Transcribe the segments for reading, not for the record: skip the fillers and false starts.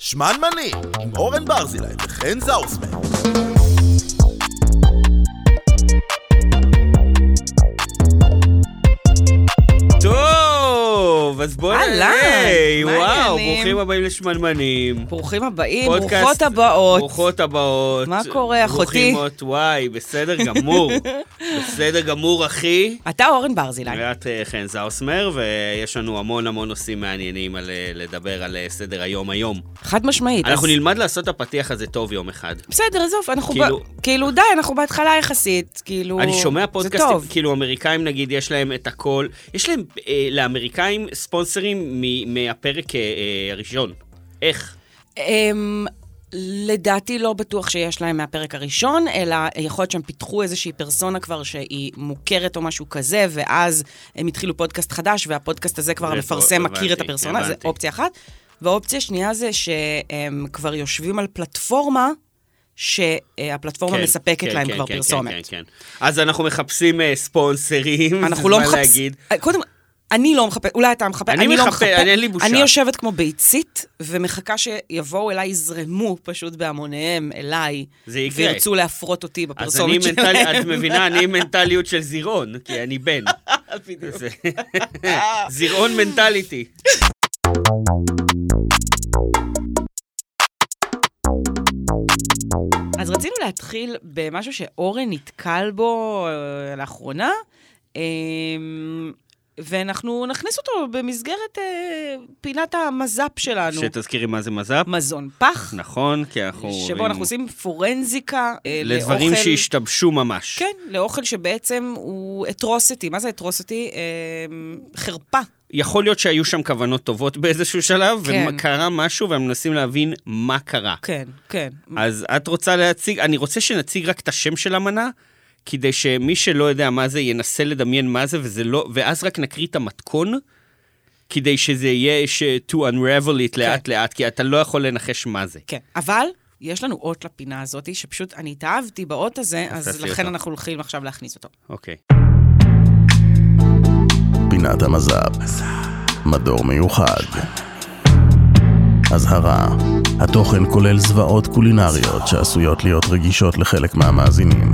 שמנמנים, עם אורן ברזילי וחן זאוסמן. טוב, אז בואו היי, וואו, ברוכים הבאים לשמנמנים. ברוכים הבאים, ברוכות הבאות. ברוכות הבאות. מה קורה, אחותי? וואי, בסדר גמור. בסדר גמור, אחי. אתה אורן ברזילי. ואת חן זאוסמר, ויש לנו המון נושאים מעניינים לדבר על סדר היום. חד משמעית. אנחנו נלמד לעשות את הפתיח הזה טוב יום אחד. בסדר, עזוב, אנחנו כאילו די, אנחנו בהתחלה יחסית, כאילו... אני שומע פודקאסטים, כאילו אמריקאים נגיד, יש להם את הכל, יש להם לאמריקאים ספונסרים מהפרק הראשון. איך? לדעתי לא בטוח שיש להם מהפרק הראשון, אלא יכול להיות שהם פיתחו איזושהי פרסונה כבר שהיא מוכרת או משהו כזה, ואז הם התחילו פודקאסט חדש, והפודקאסט הזה כבר המפרסם מכיר את הפרסונה, זה אופציה אחת. והאופציה שנייה זה שהם כבר יושבים על פלטפורמה, שהפלטפורמה מספקת להם כבר פרסומת. כן. אז אנחנו מחפשים ספונסרים. אנחנו לא מחפשים. קודם, אני לא מחפש, אולי אתה מחפש, אני לא מחפש, אין לי בושה. אני יושבת כמו ביצית, ומחכה שיבואו אליי, יזרמו פשוט בהמוניהם אליי, וירצו להפרות אותי בפרסומת שלהם. את מבינה, אני מנטליות של זירון, כי אני בן. זירון מנטליטי. אז רצינו להתחיל במשהו שאורן נתקל בו לאחרונה, ואנחנו נכניס אותו במסגרת פינת המז"פ שלנו. שתזכירי מה זה מז"פ? מזון פח. נכון, כי אנחנו... שבו אנחנו עושים פורנזיקה לדברים שהשתבשו ממש. כן, לאוכל שבעצם הוא אטרוסיטי. מה זה אטרוסיטי? חרפה. יכול להיות שהיו שם כוונות טובות באיזשהו שלב, וקרה משהו, והם מנסים להבין מה קרה. כן. אז את רוצה להציג, אני רוצה שנציג רק את השם של המנה, כדי שמי שלא יודע מה זה, ינסה לדמיין מה זה, ואז רק נקריא את המתכון, כדי שזה יהיה to unravel it לאט, כי אתה לא יכול לנחש מה זה. כן, אבל יש לנו אות לפינה הזאת, שפשוט אני התאהבתי באות הזה, אז לכן אנחנו הולכים עכשיו להכניס אותו. אוקיי. פינת המז"פ, מדור מיוחד. אזהרה, התוכן כולל זוועות קולינריות שעשויות להיות רגישות לחלק מהמאזינים.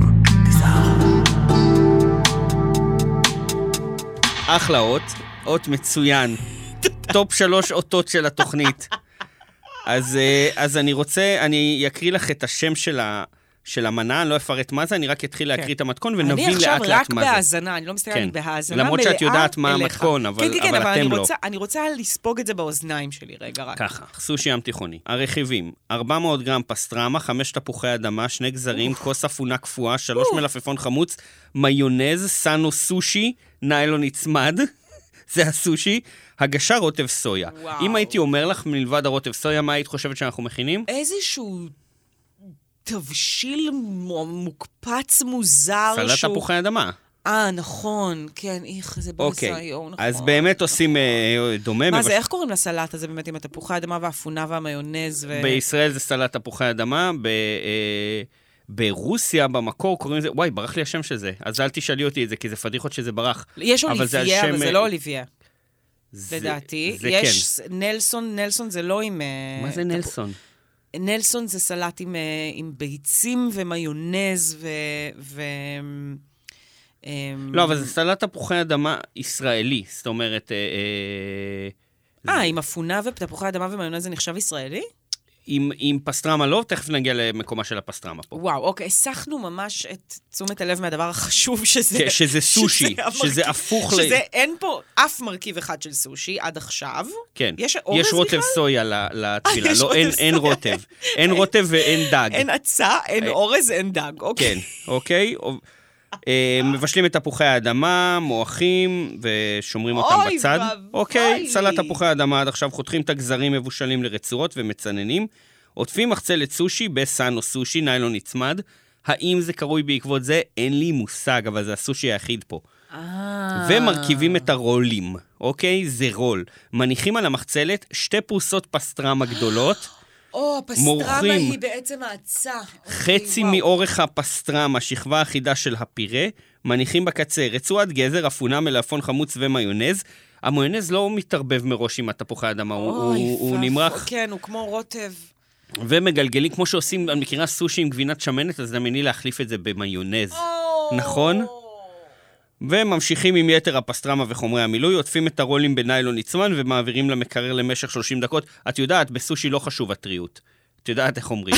אחלה אות מצוין. טופ 3 אותות של התוכנית. אז אני אקריא לך את השם של המנה, אני לא אפרט מה זה, אני רק אתחיל להקריא את המתכון, ונבין לאט לאט מה זה. אני עכשיו רק בהאזנה, אני לא מסתכלת בהאזנה מלאה למרות שאת יודעת מה המתכון, אבל אתם לא. אני רוצה לספוג את זה באוזניים שלי, רגע רק. ככה, סושי ים תיכוני. הרכיבים, 400 גרם פסטרמה, 5 תפוחי אדמה, 2 גזרים, כוס אפונה קפואה, 3 מלפפון חמוץ, מיונז, סאנו סושי, ניילון נצמד, זה הסושי, הגשה רוטב סויה. אם הייתי אומר לך מלבד הרוטב סויה, מה היית חושבת שאנחנו מכינים? איזשהו תבשיל מוקפץ מוזר. סלט תפוחי אדמה. נכון, כן, זה בניסיון, נכון. אז באמת עושים דומה. מה זה, איך קוראים לסלט הזה באמת עם התפוחי האדמה והאפונה והמיונז? בישראל זה סלט תפוחי אדמה, ברוסיה, במקור, קוראים לזה, וואי, ברח לי השם של זה, אז אל תשאלי אותי את זה, כי זה פדיחות שזה ברח. יש אוליביה, אבל זה לא אוליביה. לדעתי. יש נלסון זה לא עם... מה זה נלסון? נלסון זה סלט עם ביצים ומיונז לא, אבל זה סלט תפוחי אדמה ישראלי, זאת אומרת... עם אפונה ותפוחי אדמה ומיונז זה נחשב ישראלי? עם פסטרמה לא, תכף נגיע למקומה של הפסטרמה פה. וואו, אוקיי, הסחנו ממש את תשומת הלב מהדבר החשוב שזה... כן, שזה סושי, שזה הפוך שזה אין פה אף מרכיב אחד של סושי עד עכשיו. כן, יש אורז יש רוטב סויה לתפילה, לא, אין רוטב. אין רוטב ואין דג. אין עצה, אין אורז, אין דג, אוקיי. כן, אוקיי. מבשלים את תפוחי האדמה, מועכים ושומרים אותם בצד. אוקיי, סלט תפוחי האדמה, עד עכשיו חותכים את הגזרים מבושלים לרצועות ומצננים. עוטפים מחצלת סושי בסאנו סושי, ניילון נצמד. האם זה קרוי בעקבות זה? אין לי מושג, אבל זה הסושי היחיד פה. ומרכיבים את הרולים, אוקיי? זה רול. מניחים על המחצלת 2 פרוסות פסטרמה גדולות. הפסטרמה היא בעצם העצה. חצי מאורך הפסטרמה, שכבה אחידה של הפירה, מניחים בקצה רצועת גזר, אפונה, מלפפון חמוץ ומיונז, המיונז לא מתערבב מראש עם התפוחי האדמה, הוא נמרח. כן, הוא כמו רוטב. ומגלגלים, כמו שעושים, אני מכירה סושי עם גבינת שמנת, אז דמייני להחליף את זה במיונז. נכון? וממשיכים עם יתר הפסטרמה וחומרי המילוי, עוטפים את הרולים בניילון נצמן ומעבירים למקרר למשך 30 דקות. את יודעת, בסושי לא חשוב הטריות. את יודעת איך אומרים.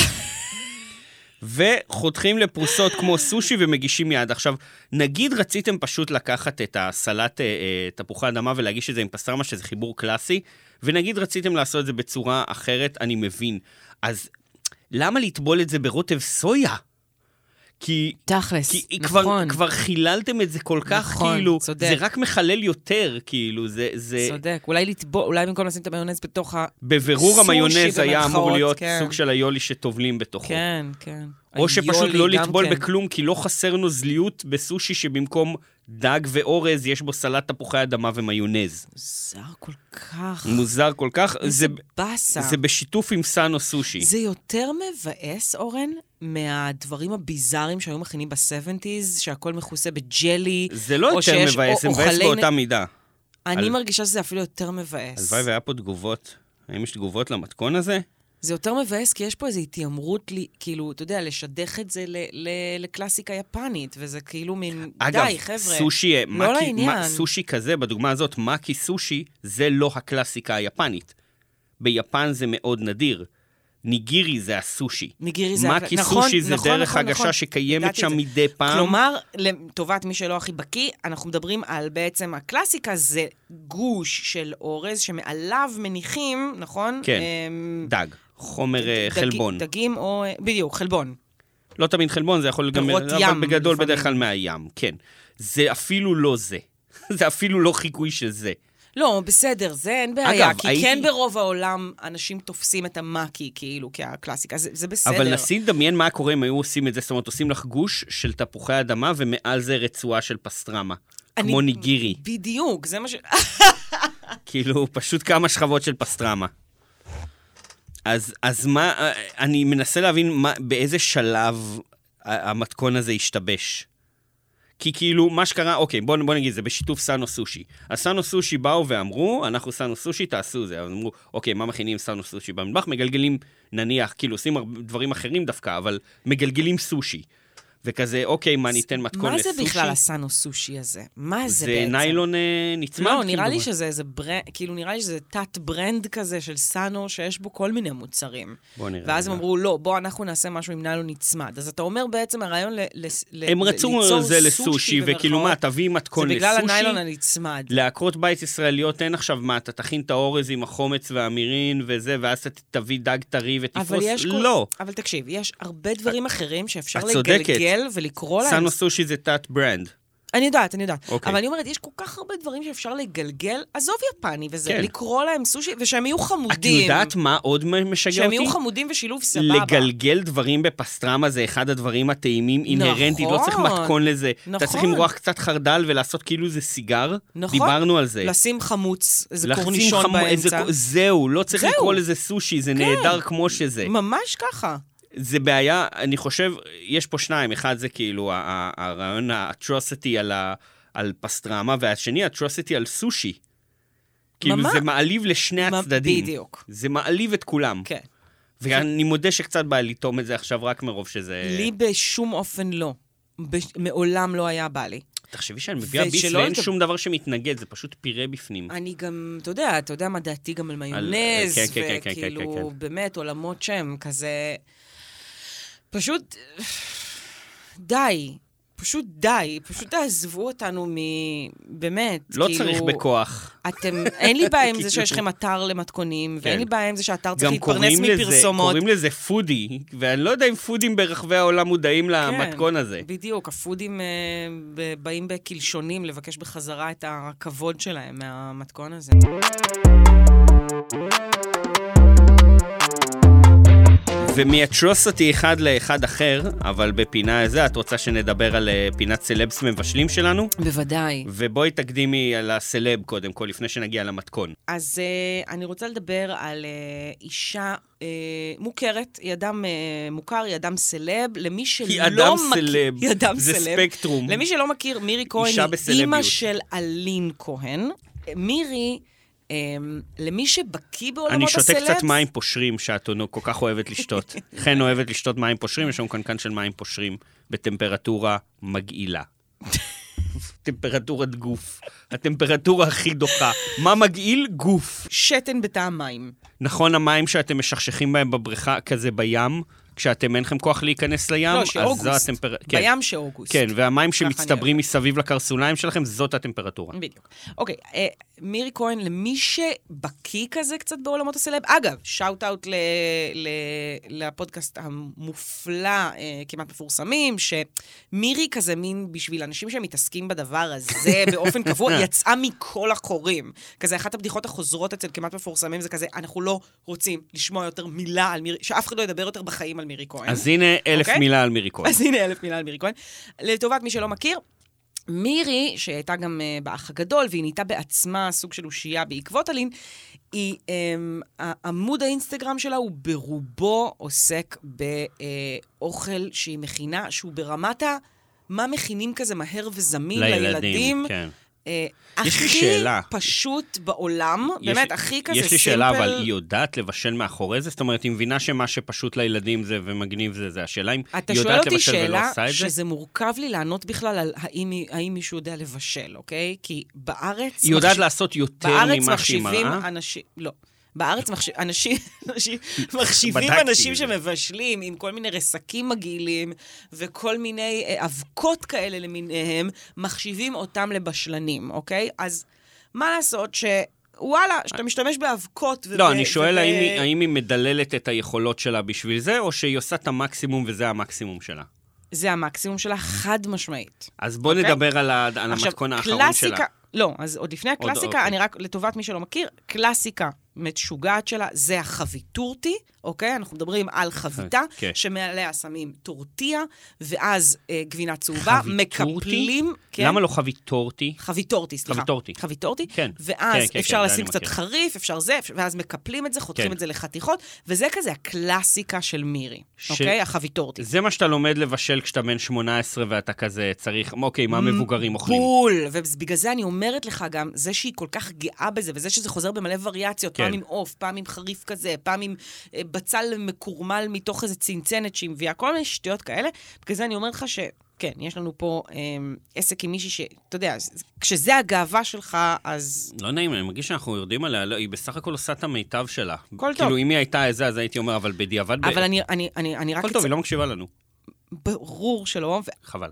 וחותכים לפרוסות כמו סושי ומגישים יד. עכשיו, נגיד רציתם פשוט לקחת את הסלט תפוחי אדמה ולהגיש את זה עם פסטרמה, שזה חיבור קלאסי, ונגיד רציתם לעשות את זה בצורה אחרת, אני מבין. אז למה לטבול את זה ברוטב סויה? כי נכון. כבר חיללתם את זה כל כך, נכון, כאילו, צודק. זה רק מחלל יותר, כאילו, זה... צודק, אולי במקום לשים את המיונז בתוך בבירור המיונז היה אמור להיות כן. סוג של היולי שטובלים בתוכו. כן, כן. או שפשוט לא לטבול כן. בכלום, כי לא חסר נוזליות בסושי שבמקום דג ואורז יש בו סלט תפוחי אדמה ומיונז. מוזר כל כך. מוזר כל כך. זה בסה. זה בשיתוף עם סאנו סושי. זה יותר מבאס, אורן, מהדברים הביזאריים שהיו מכינים ב-70s, שהכל מכוסה בג'לי. זה לא יותר מבאס, זה מבאס באותה מידה. אני מרגישה שזה אפילו יותר מבאס. הלוואי והיה פה תגובות. האם יש תגובות למתכון הזה? זה יותר מבאס, כי יש פה איזו התיימרות לי, כאילו, אתה יודע, לשדך את זה לקלאסיקה יפנית, וזה כאילו מין, די, חבר'ה. אגב, סושי, לא לעניין. סושי כזה, בדוגמה הזאת, מאקי סושי, זה לא הקלאסיקה היפנית. ביפן זה מאוד נדיר. ניגירי זה הסושי. ניגירי זה... מאקי סושי זה דרך הגשה שקיימת שם מדי פעם. כלומר, לטובת מי שלא הכי בקיא, אנחנו מדברים על בעצם הקלאסיקה, זה גוש של אורז, שמעליו מניחים, נכון? כן, דג, חומר חלבון. דגים או... בדיוק, חלבון. לא תמיד חלבון, זה יכול גם... פירות ים. אבל בגדול בדרך כלל מהים, כן. זה אפילו לא זה. זה אפילו לא חיקוי של זה. לא, בסדר, זה אין בעיה, כי כן ברוב העולם אנשים תופסים את המאקי, כאילו, כהקלאסיקה, זה בסדר. אבל נסי לדמיין מה קורה אם היו עושים את זה, זאת אומרת, עושים לך גוש של תפוחי אדמה, ומעל זה רצועה של פסטרמה, כמו ניגירי. בדיוק, זה מה ש... כאילו, פשוט כמה שכבות של פסטרמה. אז מה, אני מנסה להבין באיזה שלב המתכון הזה השתבש. כי כאילו, מה שקרה, אוקיי, בוא נגיד, זה בשיתוף סאנו סושי. אז סאנו סושי באו ואמרו, אנחנו סאנו סושי, תעשו זה. אז אמרו, אוקיי, מה מכינים סאנו סושי במטבח? מגלגלים, נניח, כאילו, עושים דברים אחרים דווקא, אבל מגלגלים סושי. וכזה, אוקיי, מה ניתן מתכון לסושי? מה זה בכלל הסאנו סושי הזה? מה זה בעצם? זה ניילון נצמד? לא, נראה לי שזה איזה ברנד, כאילו נראה לי שזה תת ברנד כזה של סאנו, שיש בו כל מיני מוצרים. בוא נראה. ואז הם אמרו, לא, בוא אנחנו נעשה משהו עם ניילון נצמד. אז אתה אומר בעצם הרעיון הם רצו זה לסושי, וכאילו מה, תביא מתכון לסושי. זה בגלל הניילון הנצמד. לעקרות בית ישראליות אין עכשיו מה, אתה תכין את האורז עם החומץ והמירין וזה, ואז אתה תביא דג טרי ותפרוס. לא. אבל תקשיב, יש הרבה דברים אחרים שאפשר לגלגל ולקרוא להם. סאנו סושי זה תת ברנד. אני יודעת. אבל אני אומרת, יש כל כך הרבה דברים שאפשר לגלגל, עזוב יפני וזה, לקרוא להם סושי, ושהם יהיו חמודים. את יודעת מה עוד משגע אותי? שהם יהיו חמודים ושילוב סבבה. לגלגל דברים בפסטרמה זה אחד הדברים הטעימים אינהרנטית, לא צריך מתכון לזה. אתה צריך למרוח קצת חרדל ולעשות כאילו זה סיגר. דיברנו על זה. לשים חמוץ, איזה קורנישון באמצע. זהו, לא צריך לקרוא לזה סושי, זה נהדר כמו שזה. ממש ככה. זה בעיה, אני חושב, יש פה שניים, אחד זה כאילו הרעיון האטרוסיטי על פסטרמה, והשני האטרוסיטי על סושי. כאילו זה מעליב לשני הצדדים. בדיוק. זה מעליב את כולם. כן. ואני מודה שקצת בא לטעום את זה עכשיו רק מרוב שזה... לי בשום אופן לא. מעולם לא היה בא לי. תחשבי שאני מביאה ביס ואין שום דבר שמתנגד, זה פשוט פירה בפנים. אני גם, אתה יודע מה דעתי גם על מיונז, וכאילו באמת עולמות שם כזה... פשוט פשוט תעזבו אותנו באמת. לא צריך בכוח. אין לי בעיה עם זה שיש לכם אתר למתכונים, ואין לי בעיה עם זה שהאתר צריך להתפרנס מפרסומות. קוראים לזה פודי, ואני לא יודע אם פודים ברחבי העולם מודעים למתכון הזה. בדיוק, הפודים באים בקלשונים לבקש בחזרה את הכבוד שלהם מהמתכון הזה. ומאטרוסטי אחד לאחד אחר, אבל בפינה הזה, את רוצה שנדבר על פינת סלבס מבשלים שלנו? בוודאי. ובואי תקדימי על הסלב קודם כל, לפני שנגיע למתכון. אז אני רוצה לדבר על אישה מוכרת, היא אדם מוכר, היא אדם סלב, למי שלא מכיר... היא אדם סלב, זה ספקטרום. למי שלא מכיר, מירי כהן היא אימא של אלין כהן. מירי, למי שבקיא בעולמות אני הסלבס... שותה קצת מים פושרים, שאת כל כך אוהבת לשתות. חן אוהבת לשתות מים פושרים, יש לנו קנקן של מים פושרים, בטמפרטורה מגעילה. טמפרטורת גוף. הטמפרטורה הכי דוחה. מה מגעיל? גוף. שתן בטעם מים. נכון, המים שאתם משכשכים בהם בבריכה, כזה בים, כשאתם אין לכם כוח להיכנס לים, לא, שאוגוסט. בים שאוגוסט. כן, והמים שמצטברים מסביב לקרסוליים שלכם, זאת הטמפרטורה. בדיוק. אוקיי, מירי כהן, למי שבקיא כזה קצת בעולמות הסלב, אגב, שאוט-אוט לפודקאסט המופלא, כמעט מפורסמים, שמירי כזה מין בשביל אנשים שמתעסקים בדבר הזה באופן קבוע, יצאה מכל החורים. כזה, אחת הבדיחות החוזרות אצל כמעט מפורסמים, זה כזה, אנחנו לא רוצים לשמוע יותר מילה על מירי, שאף אחד לא ידבר יותר בחיים על מירי כהן. אז הנה 1000 מילה על מירי כהן. אז הנה 1000 מילה על מירי כהן. לטובת מי שלא מכיר, מירי, שהייתה גם באח הגדול, והיא נהייתה בעצמה סוג של אושייה בעקבות אלין, היא, עמוד האינסטגרם שלה הוא ברובו עוסק באוכל שהיא מכינה, שהוא ברמת מה מכינים כזה מהר וזמין לילדים. כן. הכי פשוט בעולם, באמת, הכי כזה סימפל. יש לי שאלה, אבל היא יודעת לבשל מאחורי זה? זאת אומרת, היא מבינה שמה שפשוט לילדים זה ומגניב זה השאלה אם היא יודעת לבשל ולא עושה את זה? אתה שואל אותי שאלה שזה מורכב לי לענות בכלל על האם מישהו יודע לבשל, אוקיי? כי בארץ... היא יודעת לעשות יותר ממה שהיא מראה? לא. בארץ מחשיבים אנשים שמבשלים עם כל מיני רסקים מגעילים וכל מיני אבקות כאלה למיניהם, מחשיבים אותם לבשלנים, אוקיי? אז מה לעשות שוואלה, שאתה משתמש באבקות... לא, אני שואל האם היא מדללת את היכולות שלה בשביל זה, או שהיא עושה את המקסימום וזה המקסימום שלה? זה המקסימום שלה, חד משמעית. אז בוא נדבר על המתכון האחרון שלה. לא, אז עוד לפני הקלאסיקה, אני רק לטובת מי שלא מכיר, קלאסיקה משוגעת שלה, זה החביטורטי, אוקיי? אנחנו מדברים על חביתה, שמעליה שמים טורטיה, ואז גבינה צהובה, מקפלים... למה לא חביטורטי? חביטורטי, סליחה. חביטורטי, ואז אפשר לשים קצת חריף, אפשר זה, ואז מקפלים את זה, חותכים את זה לחתיכות, וזה כזה הקלאסיקה של מירי, אוקיי? החביטורטי. זה מה שאתה לומד לבשל כשאתה בן 18 ואתה כזה צריך, אוקיי, מה מבוגרים אוכלים? בול, ובגלל זה אני אומרת לך גם, זה שהיא כל כך גאה בזה, וזה שזה חוזר במלא וריאציות, פעם עם אוף, פעם עם חריף כזה, פעם עם בצל מקורמל מתוך איזה צנצנת שהיא מביאה, כל מיני שטויות כאלה. בגלל זה אני אומרת לך שכן, יש לנו פה עסק עם מישהי שאתה יודע, כשזה הגאווה שלך, אז... לא נעים, אני מרגיש שאנחנו יורדים עליה, היא בסך הכל עושה את המיטב שלה. כל טוב. כאילו, אם היא הייתה איזה, אז הייתי אומר, אבל בדיעבד... אבל אני רק... כל טוב, היא לא מקשיבה לנו. ברור שלא. חבל.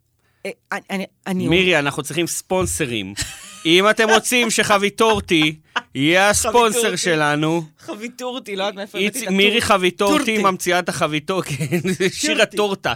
אני... מירי, אנחנו צריכים ספונסרים. אם אתם רוצים שחביטורטי יהיה הספונסר שלנו... חביטורטי, לא יודעת מאיפה הבאתי את הטורטי. מירי חביטורטי ממציאה את החביטורטי, שיר הטורטה.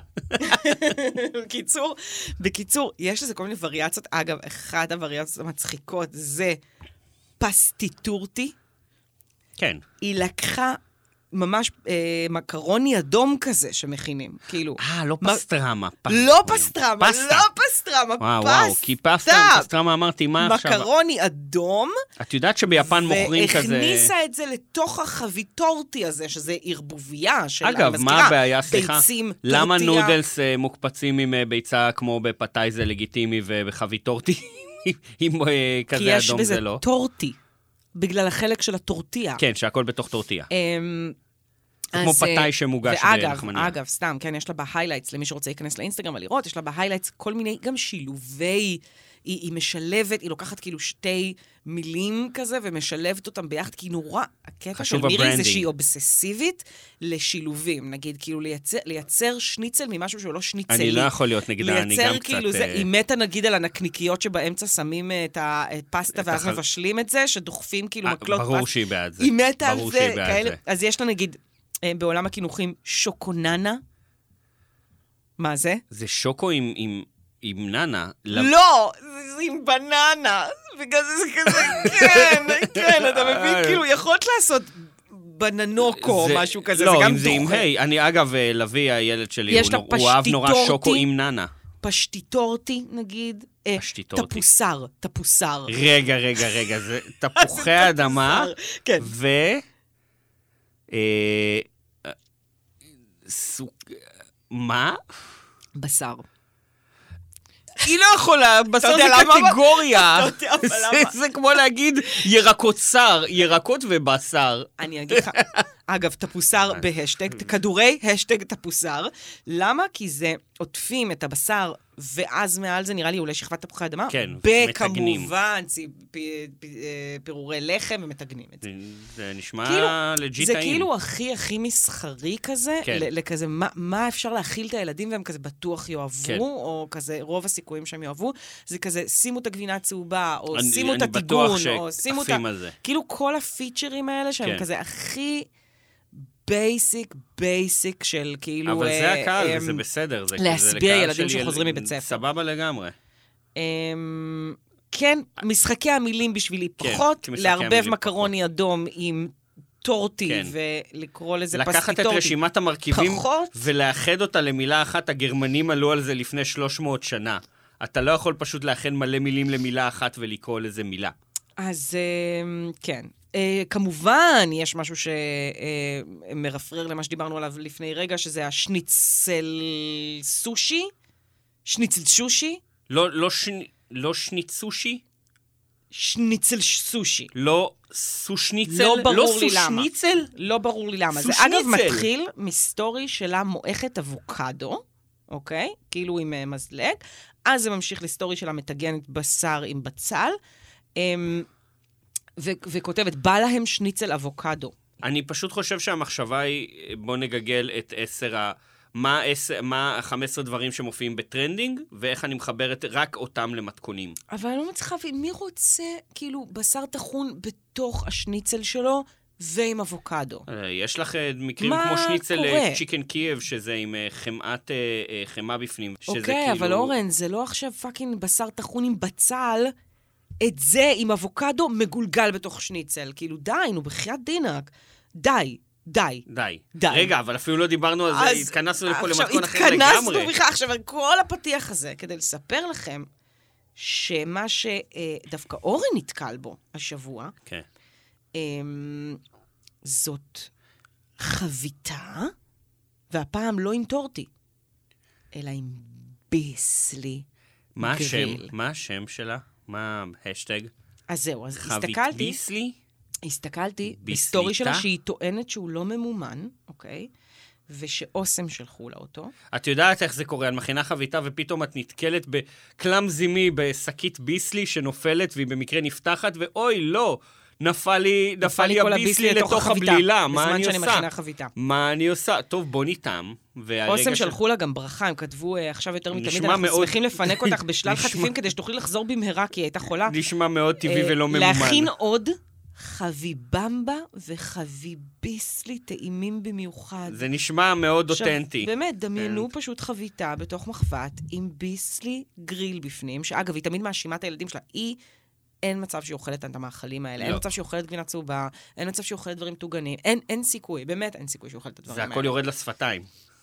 בקיצור, יש לזה כל מיני וריאציות. אגב, אחת הווריאציות המצחיקות זה פסטיטורטי. כן. היא לקחה... ממש מקרוני אדום כזה שמכינים, כאילו. לא פסטרמה. לא פסטרמה, לא פסטרמה, וואו, כי פסטרמה אמרתי, מה עכשיו? מקרוני אדום. את יודעת שביפן מוכרים כזה... והכניסה את זה לתוך החביטורטי הזה, שזה ערבוביה של... אגב, מה הבעיה, סליחה? למה נודלס מוקפצים עם ביצה כמו בפתאי זה לגיטימי ובחביטורטי? עם כזה אדום זה לא. כי יש בזה טורטי. בגלל החלק של הטורטיה. כן, שהכל בתוך טורטיה. כמו פתאי שמוגש בלחמניה. אגב, סתם, כן, יש לה בהיילייטס, למי שרוצה להיכנס לאינסטגרם ולראות, יש לה בהיילייטס כל מיני, גם שילובי, היא משלבת, היא לוקחת כאילו שתי מילים כזה, ומשלבת אותם ביחד, כי נורא, הקטע של מירי זה שהיא אובססיבית לשילובים, נגיד, כאילו לייצר שניצל ממשהו שהוא לא שניצלי. אני לא יכול להיות נגדה, אני גם קצת... היא מתה נגיד על הנקניקיות שבאמצע שמים את הפסטה, ואז מבשלים את זה, שדוחפים כאילו מקלות פסטה. ברור שהיא בעד זה. היא מתה על זה, אז יש לה נגיד... בעולם הכינוכים, שוקוננה. מה זה? זה שוקו עם ננה. לא, זה עם בננה. בגלל זה כזה, כן, אתה מבין, כאילו, יכולת לעשות בננוקו או משהו כזה, זה גם דוחה. לא, אם זה עם היי. אני, אגב, לוי, הילד שלי, הוא אוהב נורא שוקו עם ננה. פשטיטורטי, נגיד. פשטיטורטי. תפוסר. רגע, זה תפוחי אדמה. כן. מה? בשר. היא לא יכולה, בשר זה קטגוריה. זה כמו להגיד ירקות שר, ירקות ובשר. אני אגיד לך, אגב, תפוסר בהשטג, כדורי השטג תפוסר. למה? כי זה עוטפים את הבשר, ואז מעל זה נראה לי אולי שכבת תפוחי אדמה. כן, מתגנים. בכמובן, פירורי לחם ומתגנים את זה. זה נשמע לג'יט זה טעים. כאילו הכי מסחרי כזה, לכזה, מה אפשר להכיל את הילדים והם כזה בטוח יאהבו, או כזה רוב הסיכויים שהם יאהבו, זה כזה, שימו את הגבינה הצהובה, או שימו את הטיגון, או שימו את כאילו כל הפיצ'רים האלה שהם כזה הכי בייסיק של כאילו... אבל זה הקהל, וזה בסדר. להסביר ילדים שחוזרים מבית ספר. סבבה לגמרי. כן, משחקי המילים בשבילי פחות, לערבב מקרוני אדום עם טורטי, ולקרוא לזה פסטי טורטי. לקחת את רשימת המרכיבים, ולאחד אותה למילה אחת, הגרמנים עלו על זה לפני 300 שנה. אתה לא יכול פשוט לאחד מלא מילים למילה אחת ולקרוא לזה מילה. אז כן. כמובן, יש משהו שמרפרר למה שדיברנו עליו לפני רגע, שזה השניצל סושי? שניצל שושי? לא שניצושי? שניצל סושי. לא סושניצל? לא ברור לי למה. לא ברור לי למה. זה אגב מתחיל מסטורי שלה מועכת אבוקדו, אוקיי? כאילו עם מזלג. אז זה ממשיך לסטורי שלה מתגנת בשר עם בצל. וכותבת, בא להם שניצל אבוקדו. אני פשוט חושב שהמחשבה היא, בוא נגגל את 10 מה 15 דברים שמופיעים בטרנדינג, ואיך אני מחברת רק אותם למתכונים. אבל אני לא מצליחה להבין, מי רוצה כאילו בשר טחון בתוך השניצל שלו ועם אבוקדו? יש לך מקרים כמו שניצל צ'יקן קייב, שזה עם חמה בפנים. אוקיי, אבל אורן, זה לא עכשיו פאקינג בשר טחון עם בצל, את זה עם אבוקדו מגולגל בתוך שניצל. כאילו, די, נו, בחייאת דינק. די. רגע, אבל אפילו לא דיברנו על זה, התכנסנו לפה למתכון אחר לגמרי. התכנסנו בכלל. עכשיו, כל הפתיח הזה, כדי לספר לכם, שמה שדווקא אורן נתקל בו השבוע, זאת חביתה, והפעם לא עם טורטי, אלא עם ביסלי גריל. מה השם שלה? מה ההשטג? אז זהו, אז חבית ביסלי? הסתכלתי בסטורי שלה שהיא טוענת שהוא לא ממומן, אוקיי? ושאוסם שלחו לה אותו. את יודעת איך זה קורה, את מכינה חביתה ופתאום את נתקלת בקלם זימי בשקית ביסלי שנופלת והיא במקרה נפתחת, ואוי, לא, נפל לי הביסלי לתוך הבלילה, מה אני עושה? מה אני עושה? טוב, בוא ניתם. אוסם שלחו לה גם ברכה, הם כתבו עכשיו יותר מתמיד, אנחנו שמחים לפנק אותך בשלל חטיפים כדי שתוכלי לחזור במהרה, כי היא הייתה חולה. נשמע מאוד טבעי ולא ממומן. להכין עוד חביבמבה וחביביסלי טעימים במיוחד. זה נשמע מאוד אותנטי. באמת, דמיינו פשוט חביתה בתוך מחבת עם ביסלי גריל בפנים, שאגב, היא תמיד מאשימה את הילדים שלה, אין מצב שהיא אוכלת את המאכלים האלה, אין מצב שהיא אוכלת גבינה צהובה, אין מצב שהיא אוכלת דברים טוגנים, אין סיכוי, באמת אין סיכוי שהיא אוכלת את הדברים האלה. זה הכל יורד לשפתיים.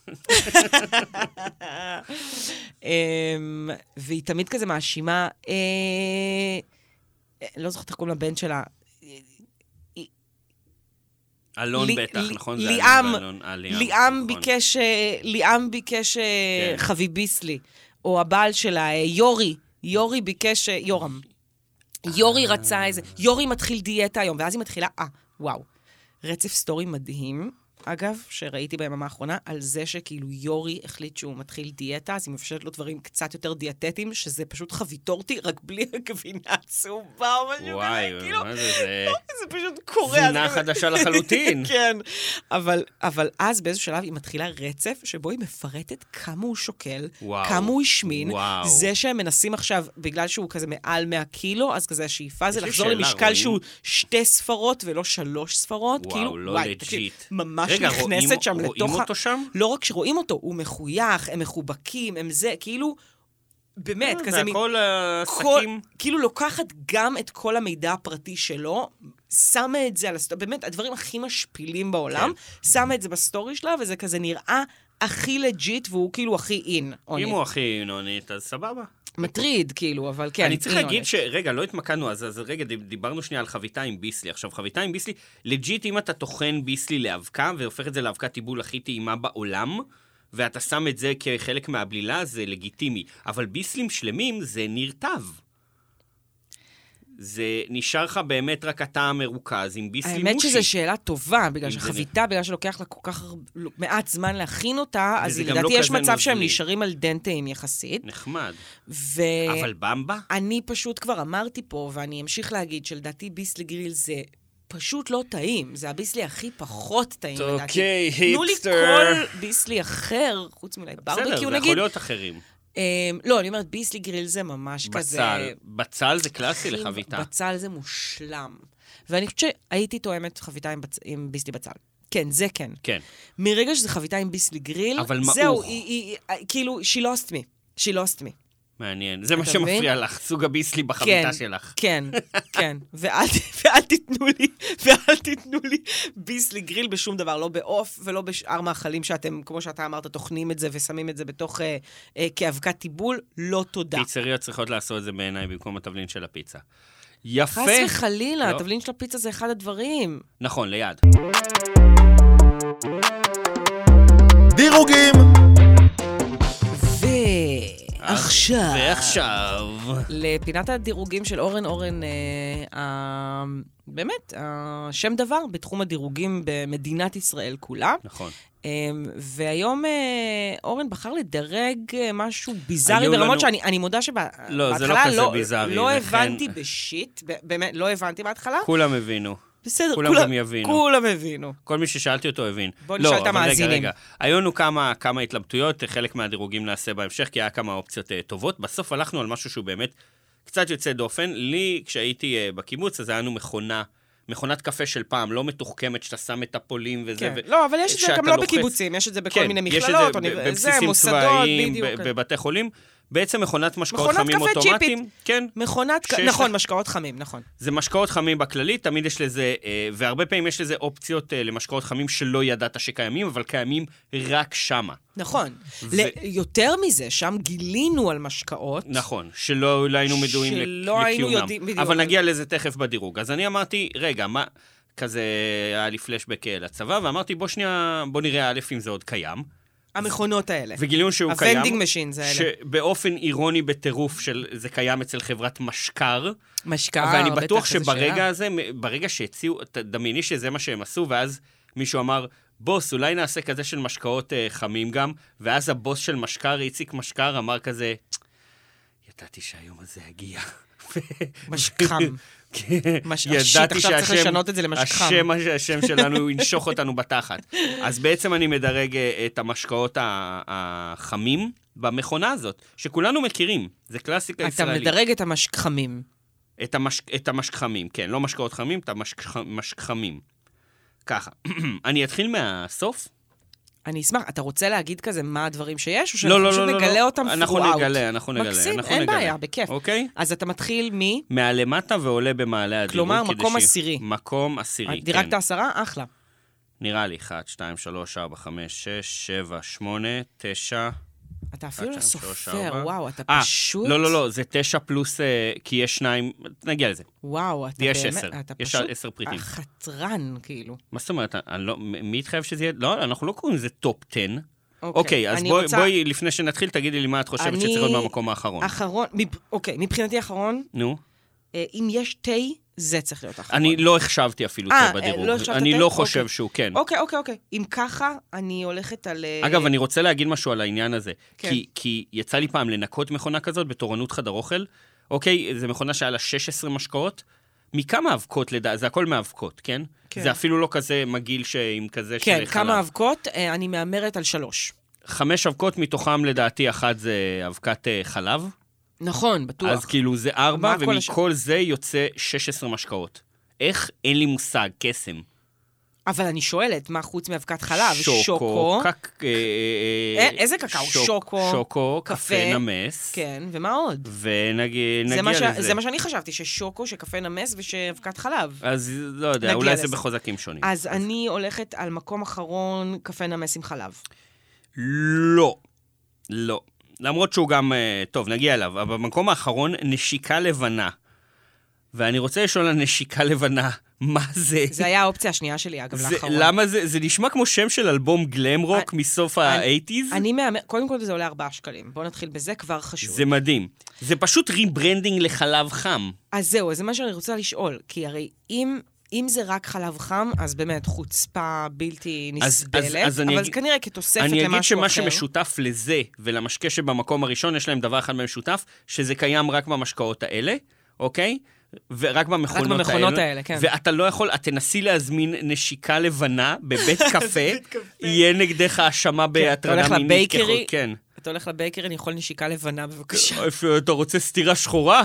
והיא תמיד כזה מאשימה, לא זוכרת איך קוראים לבן שלה, אלון בטח, נכון? ליאם ביקש חביביסלי, או הבעל שלה, יורי ביקש, יורי רצה איזה, יורי מתחיל דיאטה היום, ואז היא מתחילה, וואו, רצף סטורי מדהים, אגב, שראיתי ביממה האחרונה, על זה שכאילו יורי החליט שהוא מתחיל דיאטה, אז היא מפשטת לו דברים קצת יותר דיאטטיים, שזה פשוט חביתורטי, רק בלי הגבינה צהובה, או משהו כזה, מה זה? זה פשוט קורה. תזונה חדשה לחלוטין. כן, אבל אז באיזשהו שלב היא מתחילה רצף, שבו היא מפרטת כמה הוא שוקל, כמה הוא השמין, זה שהם מנסים עכשיו, בגלל שהוא כזה מעל 100 קילו, אז כזה השאיפה זה לחזור למשקל שהוא 2 ספרות ולא 3 ספרות, כאילו, וואי, תקשיב, ממש נכנסת שם לתוך... רואים אותו שם? לא רק שרואים אותו, הוא מחוייך, הם מחובקים, הם זה, כאילו, באמת, כזה... זה הכל עסקים... כאילו לוקחת גם את כל המידע הפרטי שלו, שמה את זה על הסטורי, באמת, הדברים הכי משפילים בעולם, שמה את זה בסטורי שלה, וזה כזה נראה הכי לג'יט, והוא כאילו הכי אין. אם הוא הכי אינונית, אז סבבה. מטריד, כאילו, אבל כן. אני צריך להגיד רגע, לא התמקדנו, אז רגע, דיברנו שנייה על חביתה עם ביסלי. עכשיו, חביתה עם ביסלי, לג'יט, אם אתה טוחן ביסלי לאבקה, והופך את זה לאבקת טיבול הכי טעימה בעולם, ואתה שם את זה כחלק מהבלילה, זה לגיטימי. אבל ביסלים שלמים זה נרטב. זה נשאר לך באמת רק הטעם מרוכז עם ביסלי מושי. האמת שזו שאלה טובה, בגלל שחביתה, בגלל שלוקח לה כל כך מעט זמן להכין אותה, אז לדעתי יש מצב שהם נשארים על דנטיים יחסית. נחמד. אבל במבה? אני פשוט כבר אמרתי פה, ואני אמשיך להגיד שלדעתי ביסלי גריל זה פשוט לא טעים. זה הביסלי הכי פחות טעים. אוקיי, היפסטר. תנו לי כל ביסלי אחר, חוץ מלי ברבקיו נגיד. בסדר, זה יכול להיות אחרים. לא, אני אומרת, ביסלי גריל זה ממש כזה... בצל זה קלאסי לחביתה. בצל זה מושלם. ואני חושבת שהייתי תואמת חביתה עם ביסלי בצל. כן, זה כן. כן. מרגע שזה חביתה עם ביסלי גריל, זהו, כאילו, she lost me. she lost me. מעניין. זה מה שמפריע לך, סוג הביסלי בחביתה שלך. כן, כן. ואל תיתנו לי ביסלי גריל בשום דבר, לא באוף ולא בשאר מאכלים שאתם, כמו שאתה אמרת, תוכנים את זה ושמים את זה בתוך כאבקת טיבול, לא תודה. פיצריות צריכות לעשות את זה בעיניי במקום התבלין של הפיצה. יפה. חס וחלילה, התבלין של הפיצה זה אחד הדברים. נכון, ליד. דירוגים! ועכשיו לפינת הדירוגים של אורן, באמת, שם דבר בתחום הדירוגים במדינת ישראל כולה. נכון. והיום אורן בחר לדרג משהו ביזארי ברמות שאני מודה שבהתחלה לא הבנתי בשיט, באמת לא הבנתי בהתחלה. כולם הבינו. בסדר, כולם הבינו. כל מי ששאלתי אותו הבין. בוא נשאל את המאזינים. רגע. היו לנו כמה התלבטויות, חלק מהדירוגים נעשה בהמשך, כי היה כמה אופציות טובות. בסוף הלכנו על משהו שהוא באמת קצת יוצא דופן. לי, כשהייתי בקיבוץ, אז היה לנו מכונת קפה של פעם, לא מתוחכמת, שאתה שם את הפולים וזה. כן. לא, אבל יש את זה גם לא בקיבוצים, יש את זה בכל מיני מכללות, בבסיסים צבאיים, בבתי חולים. בעצם מכונת משקאות חמים אוטומטיים. כן. נכון, משקאות חמים, נכון. זה משקאות חמים בכללי, תמיד יש לזה, והרבה פעמים יש לזה אופציות למשקאות חמים שלא ידעת שקיימים, אבל קיימים רק שמה. נכון. יותר מזה, שם גילינו על משקאות. נכון, שלא היינו מדועים לקיומם. אבל נגיע לזה תכף בדירוג. אז אני אמרתי, רגע, מה... כזה היה לי פלשבק לצבא, ואמרתי, בוא נראה א' אם זה עוד קיים. המכונות האלה. וגיליון שהוא קיים. הוונדינג משינס האלה. שבאופן אירוני בטירוף זה קיים אצל חברת משקר. משקר, ואני בטוח שברגע הזה, ברגע שהציעו, דמייני שזה מה שהם עשו, ואז מישהו אמר, בוס, אולי נעשה כזה של משקאות חמים גם, ואז הבוס של משקר, איציק משקר, אמר כזה, ידעתי שהיום הזה יגיע. משקחם. ידעתי עכשיו צריך לשנות את זה למשקחם. השם שלנו ינשוך אותנו בתחת. אז בעצם אני מדרג את המשקאות החמים במכונה הזאת, שכולנו מכירים. זה קלאסיקה ישראלית. אתה מדרג את המשקחמים. את המשקחמים, כן. לא משקאות חמים, את המשקחמים. ככה. אני אתחיל מהסוף. אני אשמח, אתה רוצה להגיד כזה מה הדברים שיש, או שאנחנו פשוט נגלה אותם throughout? אנחנו נגלה. מקסים, אין בעיה, בכיף. אוקיי? אז אתה מתחיל מהלמטה ועולה במעלה הדירוג. כלומר, מקום עשירי. מקום עשירי, כן. דירקת 10? אחלה. נראה לי, 1, 2, 3, 4, 5, 6, 7, 8, 9... אתה אפילו לא סופר, וואו, אתה פשוט... לא, זה 9 פלוס, כי יש 2, נגיע לזה. וואו, אתה באמת, אתה יש 10 פריטים. חתרן, כאילו. מה זאת אומרת? מי התחייב שזה יהיה? לא, אנחנו לא קוראים לזה טופ 10. אוקיי, אז בואי, לפני שנתחיל, תגידי לי מה את חושבת שצריך להיות במקום האחרון. אוקיי, מבחינתי האחרון, נו. אם יש תה, זה צריך להיות האחרון. אני לא החשבתי אפילו תה בדירוג. אני לא חושב שהוא, כן. אוקיי. אם ככה, אני הולכת על... אגב, אני רוצה להגיד משהו על העניין הזה. כי יצא לי פעם לנקות מכונה כזאת בתורנות חדר אוכל. אוקיי, זו מכונה שהיה לה 16 משקאות. מכמה אבקות לדעת? זה הכל מאבקות, כן? זה אפילו לא כזה מגיל עם כזה של חלב. כן, כמה אבקות? אני מאמרת על 3. 5 אבקות, מתוכם לדעתי אחת זה אבקת חלב. נכון, בטוח. אז כאילו זה 4, ומכל זה יוצא 16 משקאות. איך? אין לי מושג, קסם. אבל אני שואלת, מה חוץ מאבקת חלב? שוקו. איזה קקאו? שוקו, קפה נמס. כן, ומה עוד? ונגיע לזה. זה מה שאני חשבתי, ששוקו, שקפה נמס ושאבקת חלב. אז לא יודע, אולי זה בחוזקים שונים. אז אני הולכת על מקום אחרון, קפה נמס עם חלב. לא. למרות שהוא גם, טוב, נגיע אליו, אבל במקום האחרון, נשיקה לבנה. ואני רוצה לשאול על נשיקה לבנה, מה זה? זה היה האופציה השנייה שלי, אגב, לאחרון. למה זה? זה נשמע כמו שם של אלבום גלם רוק מסוף ה-80s? קודם כל זה עולה 4 שקלים. בואו נתחיל בזה, כבר חשוב. זה מדהים. זה פשוט ריברנדינג לחלב חם. אז זהו, זה מה שאני רוצה לשאול. כי הרי אם זה רק חלב חם, אז באמת חוצפה בלתי נסבלת, אבל זה כנראה כתוספת למשהו אחר. אני אגיד שמה שמשותף לזה ולמשקה שבמקום הראשון, יש להם דבר אחד במשותף, שזה קיים רק במשקאות האלה, אוקיי? ורק במכונות האלה, כן. ואתה לא יכול, את תנסי להזמין נשיקה לבנה בבית קפה, יהיה נגדך האשמה בהטרדה מינית ככל, כן. אתה הולך לבייקר, אני יכול נשיקה לבנה, בבקשה. אתה רוצה סתירה שחורה?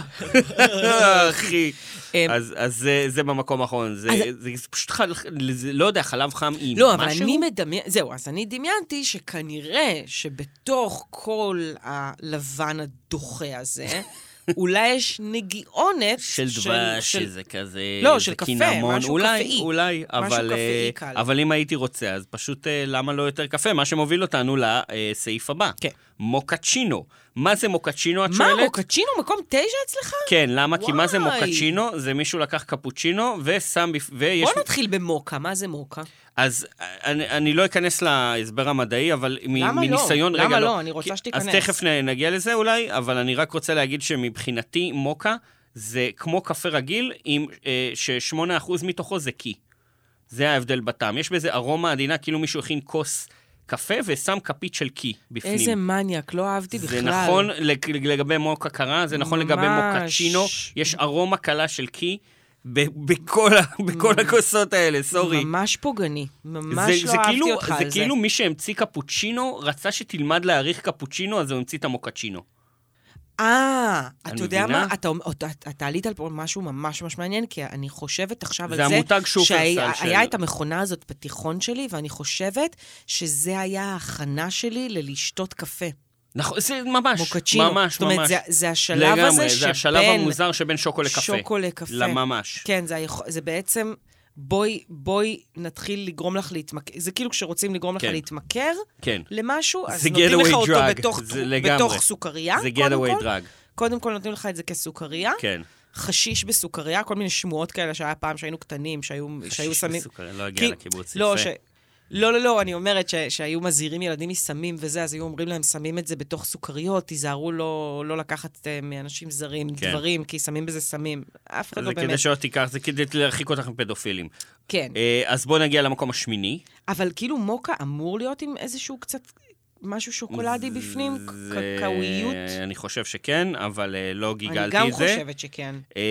אחי. אז זה במקום האחרון. זה פשוט, לא יודע, חלב חם עם משהו? לא, אבל אני מדמיין, זהו, אז אני דמיינתי שכנראה שבתוך כל הלבן הדוחה הזה, אולי יש נגיעונת של דבש, שזה כזה... לא, של קפה, משהו קפאי. אולי, אבל אם הייתי רוצה, אז פשוט למה לא יותר קפה? מה שמוביל אותנו לסעיף הבא. כן. מוקצ'ינו. מה זה מוקצ'ינו, את שואלת? מה, מוקצ'ינו מקום 9 אצלך? כן, למה? כי מה זה מוקצ'ינו? זה מישהו לקח קפוצ'ינו ושם... בוא נתחיל במוקה, מה זה מוקה? אז אני לא אכנס להסבר המדעי, אבל מניסיון... למה לא? אני רוצה שתיכנס. אז תכף נגיע לזה אולי, אבל אני רק רוצה להגיד שמבחינתי מוקה זה כמו קפה רגיל, ש8% מתוכו זה קי. זה ההבדל בטעם. יש בזה ארומה עדינה, כאילו מישהו הכין כוס קפה ושם כפית של קי בפנים. איזה מניאק, לא אהבתי בכלל. זה נכון לגבי מוקה קרה, זה נכון לגבי מוקצ'ינו, יש ארומה קלה של קי, בכל הכוסות האלה, סורי. ממש פוגעני, ממש לא אהבתי אותך על זה. זה כאילו מי שהמציא קפוצ'ינו, רצה שתלמד להעריך קפוצ'ינו, אז הוא המציא את המוקצ'ינו. אתה יודע מה? אתה עלית על פה משהו ממש ממש מעניין, כי אני חושבת עכשיו על זה, שהיה את המכונה הזאת בתיכון שלי, ואני חושבת שזה היה ההכנה שלי ללשתות קפה. נכון, זה ממש, מוקצ'ינו. ממש. זאת אומרת, זה השלב הזה שבין... זה השלב המוזר שבין שוקו לקפה. שוקו לקפה. לממש. כן, זה בעצם, בואי נתחיל לגרום לך להתמכר. זה כאילו כשרוצים לגרום לך להתמכר למשהו, אז נותנים לך אותו בתוך סוכריה. זה getaway drug. קודם כל נותנים לך את זה כסוכריה. כן. חשיש בסוכריה, כל מיני שמועות כאלה שהיה פעם שהיינו קטנים, שהיו שמים... חשיש בסוכריה, לא הגיע לקיבוץ. לא, אני אומרת שהיו מזהירים ילדים מסמים וזה, אז היו אומרים להם, שמים את זה בתוך סוכריות, תיזהרו לא לקחת מאנשים זרים דברים, כי שמים בזה סמים. אף אחד לא באמת. זה כדי שלא תיקח, זה כדי להרחיק אותך מפדופילים. כן. אז בואו נגיע למקום השמיני. אבל כאילו מוקה אמור להיות עם איזשהו קצת משהו שוקולדי בפנים, קקאוויות. אני חושב שכן, אבל לא גיגלתי את זה. אני גם חושבת שכן.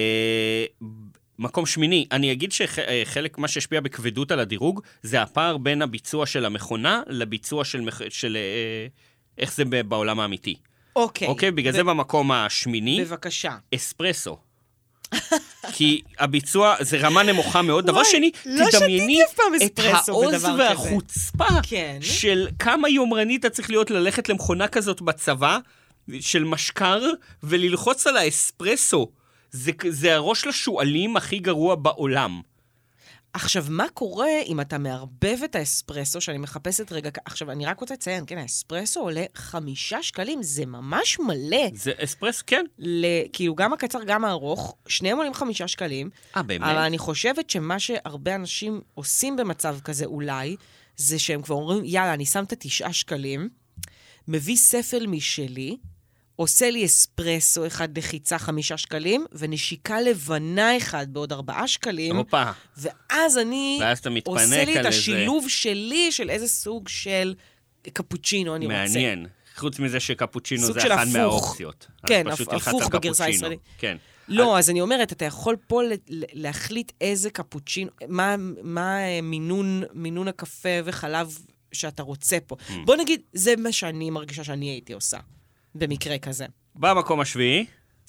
מקום שמיני, אני אגיד שחלק מה שהשפיע בכבדות על הדירוג, זה הפער בין הביצוע של המכונה לביצוע של איך זה בעולם האמיתי. אוקיי, בגלל זה במקום השמיני. בבקשה. אספרסו. כי הביצוע זה רמה נמוכה מאוד. דבר שני, תדמייני את העוז והחוצפה של כמה יומרנית אתה צריך להיות ללכת למכונה כזאת בצבא, של משקר, וללחוץ על האספרסו. זה הראש לשואלים הכי גרוע בעולם. עכשיו, מה קורה אם אתה מערבב את האספרסו, שאני מחפשת רגע... עכשיו, אני רק רוצה לציין, כן, האספרסו עולה 5 שקלים, זה ממש מלא. זה אספרסו, כן. כאילו, גם הקצר, גם הארוך, שניהם עולים 5 שקלים. באמת? אבל אני חושבת שמה שהרבה אנשים עושים במצב כזה אולי, זה שהם כבר אומרים, יאללה, אני שם את 9 שקלים, מביא ספל משלי, עושה לי אספרסו אחד לחיצה 5 שקלים, ונשיקה לבנה אחד בעוד 4 שקלים. אופה. ואז אני עושה לי את השילוב שלי של איזה סוג של קפוצ'ינו אני רוצה. מעניין. חוץ מזה שקפוצ'ינו זה אחד מהאופציות. כן, הפוך בגרסה הישראלית. כן. לא, אז אני אומרת, אתה יכול פה להחליט איזה קפוצ'ינו, מה מינון הקפה וחלב שאתה רוצה פה. בוא נגיד, זה מה שאני מרגישה שאני הייתי עושה. במקרה כזה. במקום השביעי,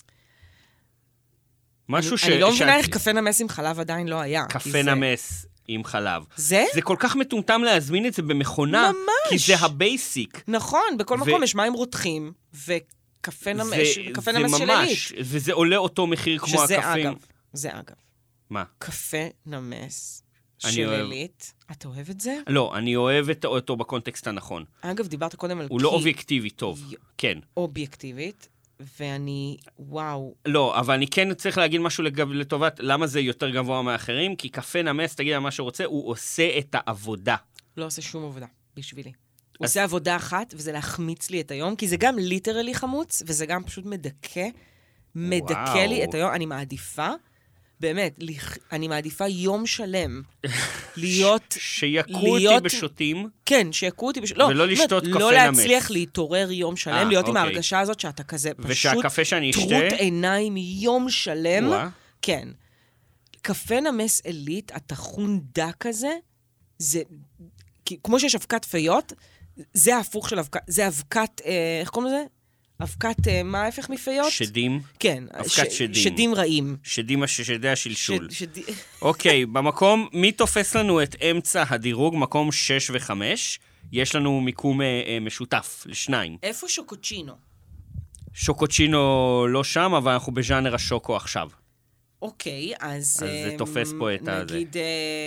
משהו אני לא מבינה איך קפה נמס עם חלב עדיין לא היה. קפה נמס עם חלב. זה? זה כל כך מטומטם להזמין את זה במכונה. ממש. כי זה הבייסיק. נכון, בכל מקום יש מים רותחים, וקפה נמס של עילית. וזה עולה אותו מחיר כמו הקפים. זה אגב. מה? קפה נמס של עילית. אתה אוהב את זה? לא, אני אוהב אותו בקונטקסט הנכון. אגב, דיברת קודם על הוא לא אובייקטיבי טוב, כן. אובייקטיבית. ואני, וואו. לא, אבל אני כן צריך להגיד משהו לטובת, למה זה יותר גבוה מאחרים? כי קפה נמס, תגיד על מה שהוא רוצה, הוא עושה את העבודה. לא עושה שום עבודה בשבילי. הוא עושה עבודה אחת, וזה להחמיץ לי את היום, כי זה גם ליטרלי חמוץ, וזה גם פשוט מדכא לי את היום. אני מעדיפה, באמת, אני מעדיפה יום שלם להיות... שיקרו אותי בשוטים. כן, שיקרו אותי בשוטים. ולא לשתות קפה נמס. לא להצליח להתעורר יום שלם, להיות עם ההרגשה הזאת שאתה כזה פשוט טרוט עיניים יום שלם. כן. קפה נמס עילית, הטחון דק הזה, זה... כמו שיש אבקת פיות, זה ההפוך של אבקת... זה אבקת... איך קוראים לזה? אבקת, מה ההפך מפיות? שדים? כן. אבקת שדים. שדים רעים. שדי השלשול. אוקיי, במקום, מי תופס לנו את אמצע הדירוג, מקום 6 ו-5, יש לנו מיקום משותף, לשניים. איפה שוקוצ'ינו? שוקוצ'ינו לא שם, אבל אנחנו בז'אנר השוקו עכשיו. אוקיי, אז זה תופס פה את הזה. נגיד...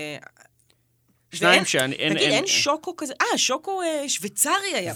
שניים שאני... תגיד, אין שוקו כזה... שוקו שוויצרי היה.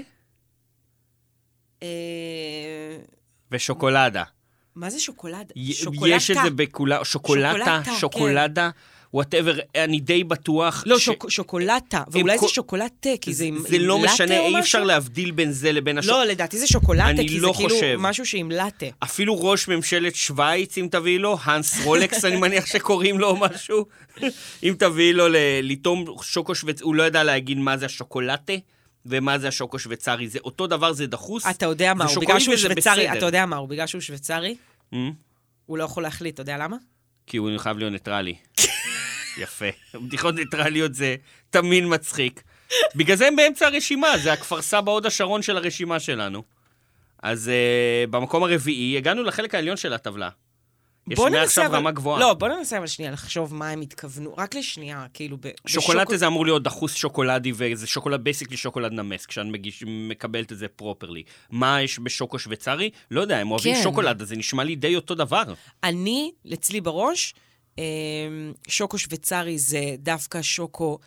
ושוקולדה. מה זה שוקולדה? יש את זה בכולה, שוקולדה, whatever, אני די בטוח. לא, שוקולטה, ואולי זה שוקולטה, כי זה עם לטה או משהו? זה לא משנה, אי אפשר להבדיל בין זה לבין לא, לדעתי זה שוקולטה, כי זה כאילו משהו שעם לטה. אפילו ראש ממשלת שוויץ, אם תביא לו, הנס רולקס, אני מניח שקוראים לו משהו, אם תביא לו לטום שוקו שוויצרי, הוא לא יודע להגיד מה זה השוקולטה, ומה זה השוקו שוויצרי, זה אותו דבר, זה דחוס. אתה יודע מה, הוא בגלל שהוא שוויצרי, אתה יודע מה, הוא בגלל שהוא שוויצרי, הוא לא יכול להחליט, אתה יודע למה? כי הוא חייב להיות ניטרלי. יפה. בדיחות ניטרליות זה תמין מצחיק. בגלל זה הם באמצע הרשימה, זה הכפרסה בהוד השרון של הרשימה שלנו. אז במקום הרביעי, הגענו לחלק העליון של הטבלה. יש מעכשיו רמה גבוהה. לא, בוא ננסה אבל שנייה לחשוב מה הם התכוונו. רק לשנייה, כאילו... שוקולד זה אמור להיות דחוס שוקולדי, וזה שוקולד, בייסיקלי שוקולד נמס, כשאני מקבלת את זה פרופרלי. מה יש בשוקו שוויצרי? לא יודע, הם אוהבים שוקולד, אז זה נשמע לי די אותו דבר. אני, אצלי בראש, שוקו שוויצרי זה דווקא שוקו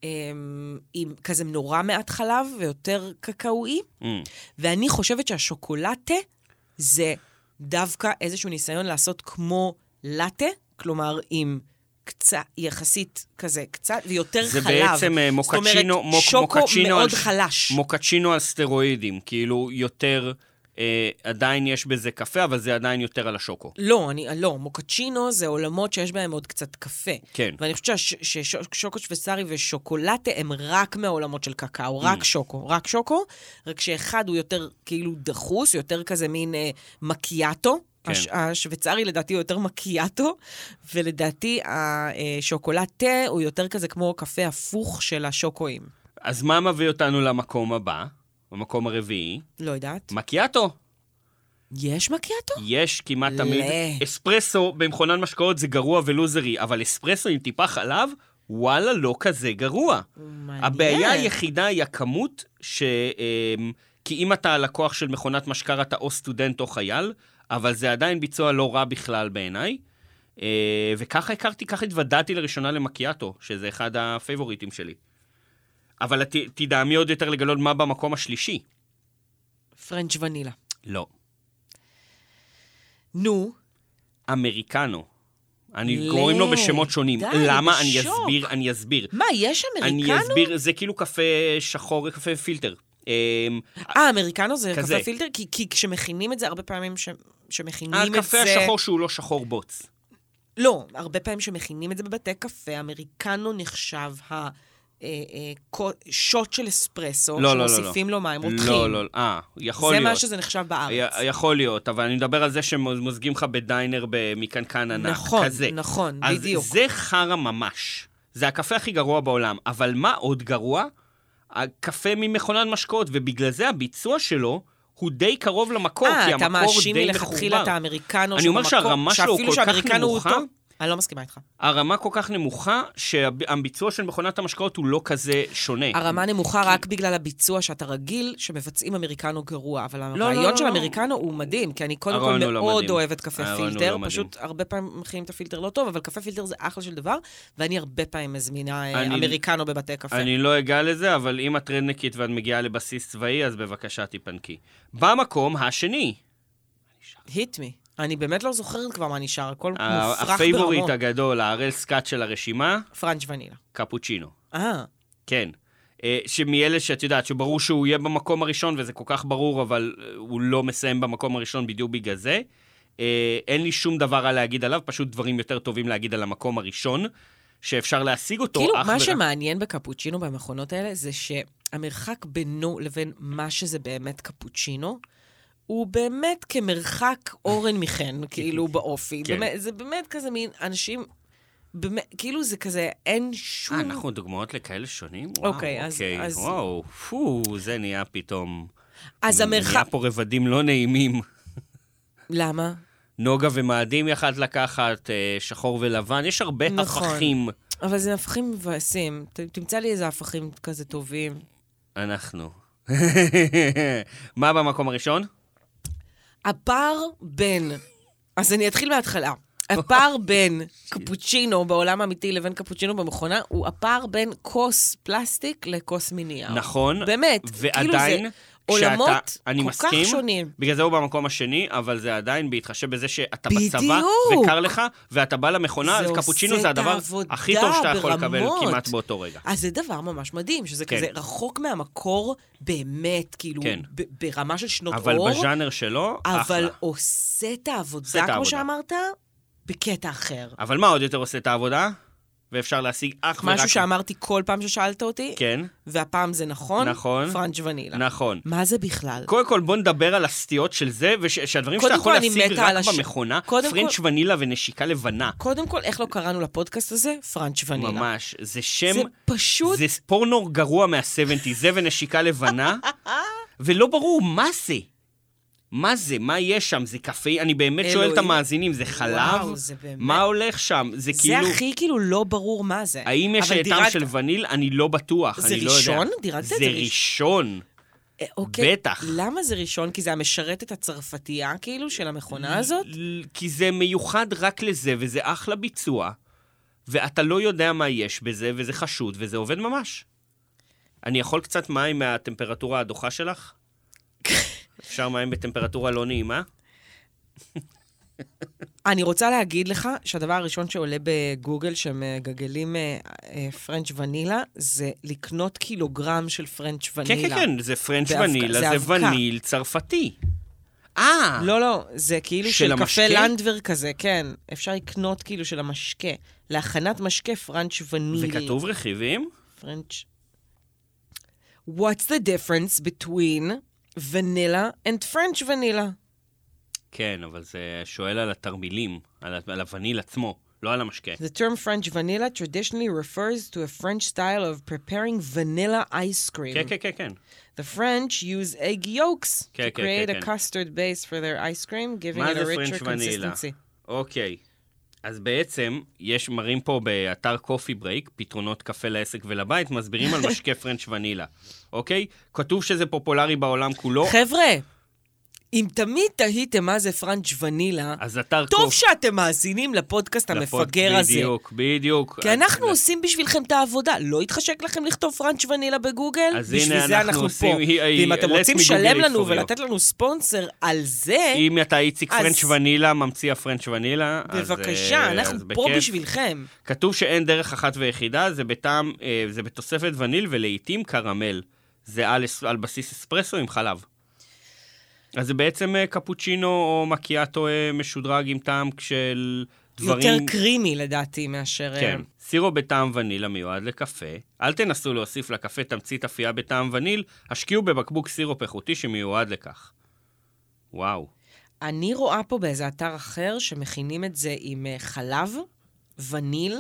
עם כזה נורא מעט חלב ויותר קקאואי, ואני חושבת שהשוקולטה זה דווקא איזשהו ניסיון לעשות כמו לטה, כלומר עם קצת, יחסית כזה, קצת, ויותר חלב. זה בעצם מוקצ'ינו, זאת אומרת, שוקו מאוד חלש. מוקצ'ינו על סטרואידים, כאילו יותר... עדיין יש בזה קפה, אבל זה עדיין יותר על השוקו. לא, מוקצ'ינו זה עולמות שיש בהם עוד קצת קפה. כן. ואני חושבת ששוקו שוויצרי ושוקולטה הם רק מהעולמות של קקאו, רק שוקו, רק שאחד הוא יותר כאילו דחוס, יותר כזה מין מקיאטו. כן. השוויצרי לדעתי הוא יותר מקיאטו, ולדעתי השוקולטה הוא יותר כזה כמו קפה הפוך של השוקואים. אז מה מביא אותנו למקום הבא? במקום הרביעי. לא יודעת. מקיאטו. יש מקיאטו? יש כמעט תמיד. אספרסו במכונן משקאות זה גרוע ולוזרי, אבל אספרסו עם טיפה חלב, וואלה, לא כזה גרוע. הבעיה היחידה היא הכמות, כי אם אתה הלקוח של מכונת משקר, אתה או סטודנט או חייל, אבל זה עדיין ביצוע לא רע בכלל בעיניי. וככה ככה התוודעתי לראשונה למקיאטו, שזה אחד הפייבוריטים שלי. אבל תדעמי עוד יותר לגלות מה במקום השלישי. פרנץ' ונילה. לא. נו. אמריקנו. קוראים לו בשמות שונים. למה? אני אסביר. מה, יש אמריקנו? אני אסביר, זה כאילו קפה שחור, קפה פילטר. אמריקנו זה קפה פילטר? כי כשמכינים את זה, הרבה פעמים שמכינים את זה... הקפה השחור שהוא לא שחור בוץ. לא, הרבה פעמים שמכינים את זה בבתי קפה, אמריקנו נחשב שוט של אספרסו, שמוסיפים לו מים, רותחים. לא, יכול להיות. זה מה שזה נחשב בארץ. יכול להיות, אבל אני מדבר על זה שמוזגים לך בדיינר מקנקן ענק, כזה. נכון, בדיוק. אז זה חרא ממש. זה הקפה הכי גרוע בעולם. אבל מה עוד גרוע? הקפה ממכונן משקאות, ובגלל זה הביצוע שלו הוא די קרוב למקור, כי המקור די מחובר. אתה מאשים מלכתחילה את האמריקנו, אני אומר שהרמה שלו כל כך נמוכה, אני לא מסכימה איתך. הרמה כל כך נמוכה, שהביצוע של מכונת המשקאות הוא לא כזה שונה. הרמה נמוכה רק בגלל הביצוע שאתה רגיל, שמבצעים אמריקנו גרוע, אבל הרעיון של אמריקנו הוא מדהים, כי אני קודם כל מאוד אוהבת קפה פילטר, פשוט הרבה פעמים מכינים את הפילטר לא טוב, אבל קפה פילטר זה אחלה של דבר, ואני הרבה פעמים מזמינה אמריקנו בבתי קפה. אני לא אגע לזה, אבל אם את רדנקית ואת מגיעה לבסיס צבאי, אז בבקשה תיפנקי. במקום השני, hit me. אני באמת לא זוכרת כבר מה נשאר, הכל מופרח ברמות. הפייבוריט הגדול, הרל סקאט של הרשימה, פרנץ' ונילה. קפוצ'ינו. אה. כן. שמאלה שאת יודעת, שברור שהוא יהיה במקום הראשון, וזה כל כך ברור, אבל הוא לא מסיים במקום הראשון בדיוק בגלל זה. אין לי שום דבר להגיד עליו, פשוט דברים יותר טובים להגיד על המקום הראשון, שאפשר להשיג אותו. כאילו, מה שמעניין בקפוצ'ינו במכונות האלה, זה שהמרחק בינו לבין מה שזה באמת קפוצ'ינו, הוא באמת כמרחק אורן מחן, כאילו באופי. זה באמת כזה מין אנשים, כאילו זה כזה, אין שום... אנחנו דוגמאות לכאלה שונים? אוקיי, אז... וואו, זה נהיה פתאום... אז המרחק... נהיה פה רבדים לא נעימים. למה? נוגה ומאדים יכלת לקחת, שחור ולבן, יש הרבה הפכים. אבל זה הפכים מבאסים. תמצא לי איזה הפכים כזה טובים. אנחנו. מה במקום הראשון? הפער בין... אז אני אתחיל מההתחלה. הפער בין קפוצ'ינו בעולם האמיתי לבין קפוצ'ינו במכונה, הוא הפער בין כוס פלסטיק לכוס מנייר. נכון. באמת. ועדיין... עולמות כל כך שונים. בגלל זה הוא במקום השני, אבל זה עדיין בהתחשב בזה שאתה בצבא וקר לך, ואתה בא למכונה, אז קפוצ'ינו זה הדבר הכי טוב שאתה יכול לקבל כמעט באותו רגע. אז זה דבר ממש מדהים, שזה כזה רחוק מהמקור באמת, כאילו, ברמה של שנות אור. אבל בז'אנר שלו, אחלה. אבל עושה את העבודה, כמו שאמרת, בקטע אחר. אבל מה עוד יותר עושה את העבודה? ואפשר להשיג אך ורק... משהו שאמרתי כל פעם ששאלת אותי. כן. והפעם זה נכון. נכון. פרנץ' ונילה. נכון. מה זה בכלל? קודם כל בוא נדבר על הסטיות של זה, ושהדברים שאתה יכול להשיג רק במכונה, פרנץ' ונילה ונשיקה לבנה. קודם כל, איך לא קראנו לפודקאסט הזה? פרנץ' ונילה. ממש. זה שם... זה פשוט... זה פורנו גרוע מה-70, זה ונשיקה לבנה, ולא ברור מה זה. מה זה? מה יש שם? זה קפה? אני באמת שואל את המאזינים, זה חלב? מה הולך שם? זה כאילו... זה הכי כאילו לא ברור מה זה. האם יש טעם של וניל? אני לא בטוח, אני לא יודע. זה ראשון? דירגת את זה ראשון? זה ראשון. בטח. למה זה ראשון? כי זה המשרת את הצרפתייה כאילו של המכונה הזאת? כי זה מיוחד רק לזה, וזה אחלה ביצוע, ואתה לא יודע מה יש בזה, וזה חשוד, וזה עובד ממש. אני יכול קצת מים מהטמפרטורה הדוחה שלך? אפשר מים בטמפרטורה לא נעימה? אני רוצה להגיד לך שהדבר הראשון שעולה בגוגל שמגגלים פרנץ' ונילה, זה לקנות קילוגרם של פרנץ' ונילה. כן, כן, כן, זה פרנץ' ונילה, זה וניל צרפתי. לא, זה כאילו של קפה לנדבר כזה, כן. אפשר לקנות כאילו של המשקה. להכנת משקה פרנץ' וניל. וכתוב רכיבים? פרנץ'. What's the difference between... ונילה and French vanilla. כן, אבל זה שואל על התרמילים, על הווניל עצמו, לא על המשקה. The term French vanilla traditionally refers to a French style of preparing vanilla ice cream. כן, כן, כן, כן. The French use egg yolks to create a custard base for their ice cream, giving it a richer consistency. אוקיי. אז בעצם, יש מראים פה באתר קופי ברייק, פתרונות קפה לעסק ולבית, מסבירים על משקה פרנץ' ונילה. אוקיי? כתוב שזה פופולרי בעולם כולו. חבר'ה, אם תמיד תהיתם מה זה פרנץ' ונילה, אז אתר טוב שאתם מאזינים לפודקאסט המפגר הזה. בדיוק, בדיוק. כי אנחנו עושים בשבילכם את העבודה. לא יתחשק לכם לכתוב פרנץ' ונילה בגוגל? בשביל זה אנחנו פה. ואם אתם רוצים לשלם לנו ולתת לנו ספונסר על זה... אם אתה איציק פרנץ' ונילה, ממציא הפרנץ' ונילה, בבקשה, אנחנו פה בשבילכם. כתוב שאין דרך אחת ויחידה, זה בתוספת וניל ולעיתים קרמל. זה על בסיס אספרסו עם חלב. אז זה בעצם קפוצ'ינו או מקיאטו משודרג עם טעם של דברים... יותר קרימי לדעתי מאשר... כן, סירו בטעם וניל המיועד לקפה. אל תנסו להוסיף לקפה תמצית אפייה בטעם וניל, השקיעו בבקבוק סירופ איכותי שמיועד לכך. וואו. אני רואה פה באיזה אתר אחר שמכינים את זה עם חלב, וניל